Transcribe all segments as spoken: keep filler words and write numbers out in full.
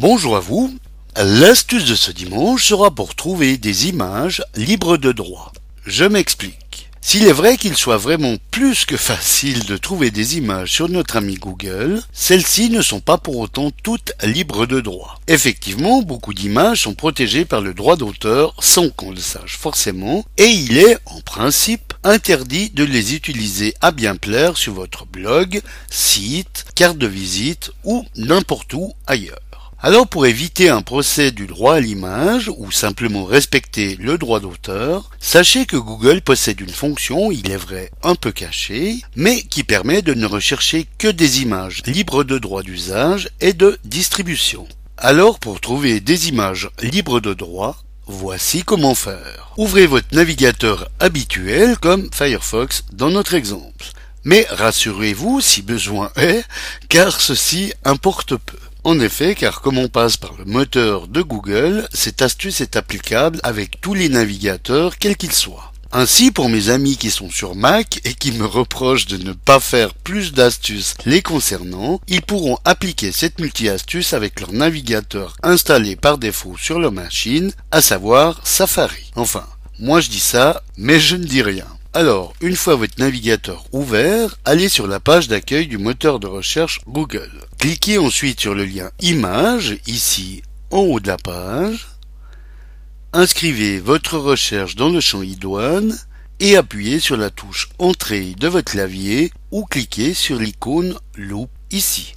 Bonjour à vous. L'astuce de ce dimanche sera pour trouver des images libres de droit. Je m'explique. S'il est vrai qu'il soit vraiment plus que facile de trouver des images sur notre ami Google, celles-ci ne sont pas pour autant toutes libres de droit. Effectivement, beaucoup d'images sont protégées par le droit d'auteur sans qu'on le sache forcément, et il est, en principe, interdit de les utiliser à bien plaire sur votre blog, site, carte de visite ou n'importe où ailleurs. Alors pour éviter un procès du droit à l'image ou simplement respecter le droit d'auteur, sachez que Google possède une fonction, il est vrai un peu cachée, mais qui permet de ne rechercher que des images libres de droit d'usage et de distribution. Alors pour trouver des images libres de droit, voici comment faire. Ouvrez votre navigateur habituel comme Firefox dans notre exemple. Mais rassurez-vous si besoin est, car ceci importe peu. En effet, car comme on passe par le moteur de Google, cette astuce est applicable avec tous les navigateurs, quels qu'ils soient. Ainsi, pour mes amis qui sont sur Mac et qui me reprochent de ne pas faire plus d'astuces les concernant, ils pourront appliquer cette multi-astuce avec leur navigateur installé par défaut sur leur machine, à savoir Safari. Enfin, moi je dis ça, mais je ne dis rien. Alors, une fois votre navigateur ouvert, allez sur la page d'accueil du moteur de recherche Google. Cliquez ensuite sur le lien Images, ici en haut de la page. Inscrivez votre recherche dans le champ idoine et appuyez sur la touche Entrée de votre clavier ou cliquez sur l'icône loupe ici.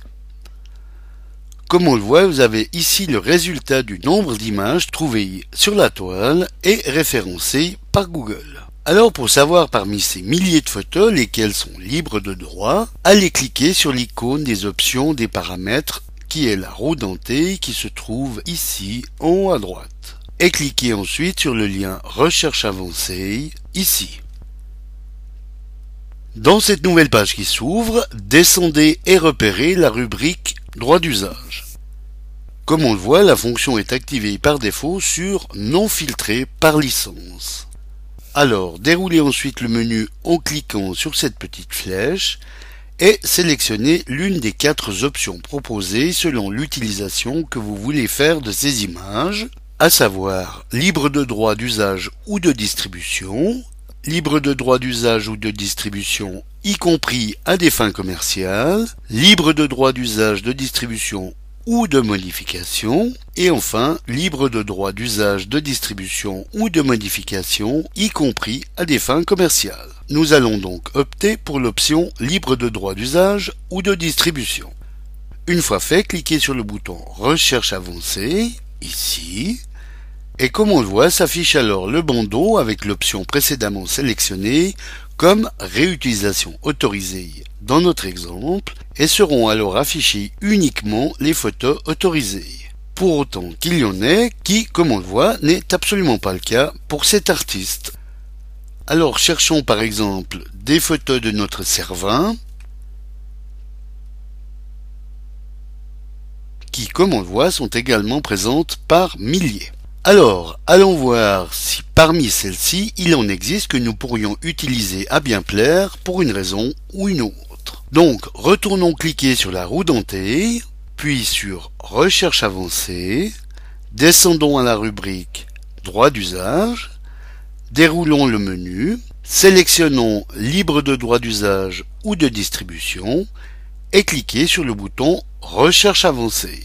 Comme on le voit, vous avez ici le résultat du nombre d'images trouvées sur la toile et référencées par Google. Alors pour savoir parmi ces milliers de photos lesquelles sont libres de droit, allez cliquer sur l'icône des options des paramètres qui est la roue dentée qui se trouve ici en haut à droite. Et cliquez ensuite sur le lien Recherche avancée ici. Dans cette nouvelle page qui s'ouvre, descendez et repérez la rubrique Droit d'usage. Comme on le voit, la fonction est activée par défaut sur Non filtré par licence. Alors, déroulez ensuite le menu en cliquant sur cette petite flèche et sélectionnez l'une des quatre options proposées selon l'utilisation que vous voulez faire de ces images, à savoir libre de droit d'usage ou de distribution, libre de droit d'usage ou de distribution y compris à des fins commerciales, libre de droit d'usage de distribution ou de modification, et enfin libre de droit d'usage de distribution ou de modification, y compris à des fins commerciales. Nous allons donc opter pour l'option libre de droit d'usage ou de distribution. Une fois fait, cliquez sur le bouton Recherche avancée, ici, et comme on le voit, s'affiche alors le bandeau avec l'option précédemment sélectionnée comme réutilisation autorisée dans notre exemple, et seront alors affichées uniquement les photos autorisées. Pour autant qu'il y en ait qui, comme on le voit, n'est absolument pas le cas pour cet artiste. Alors cherchons par exemple des photos de notre Cervin, qui, comme on le voit, sont également présentes par milliers. Alors, allons voir si parmi celles-ci, il en existe que nous pourrions utiliser à bien plaire pour une raison ou une autre. Donc, retournons cliquer sur la roue dentée, puis sur Recherche avancée, descendons à la rubrique Droit d'usage, déroulons le menu, sélectionnons Libre de droit d'usage ou de distribution et cliquez sur le bouton Recherche avancée.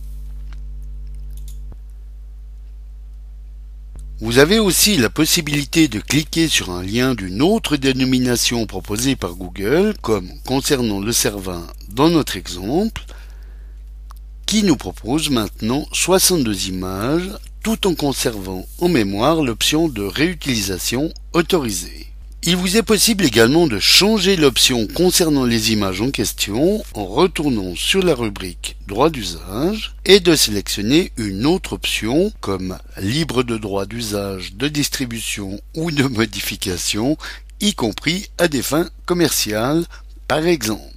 Vous avez aussi la possibilité de cliquer sur un lien d'une autre dénomination proposée par Google, comme concernant le Cervin dans notre exemple, qui nous propose maintenant soixante-deux images, tout en conservant en mémoire l'option de réutilisation autorisée. Il vous est possible également de changer l'option concernant les images en question en retournant sur la rubrique Droit d'usage et de sélectionner une autre option comme libre de droit d'usage, de distribution ou de modification, y compris à des fins commerciales par exemple,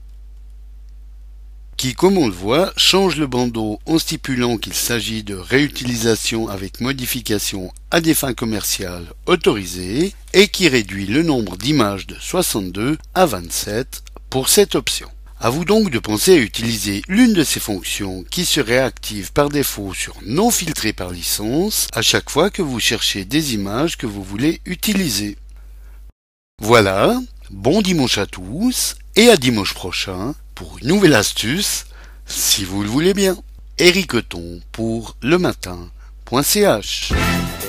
qui, comme on le voit, change le bandeau en stipulant qu'il s'agit de réutilisation avec modification à des fins commerciales autorisées et qui réduit le nombre d'images de soixante-deux à vingt-sept pour cette option. À vous donc de penser à utiliser l'une de ces fonctions qui serait active par défaut sur non filtré par licence à chaque fois que vous cherchez des images que vous voulez utiliser. Voilà, bon dimanche à tous et à dimanche prochain pour une nouvelle astuce, si vous le voulez bien. Éric Heton pour le matin point c h.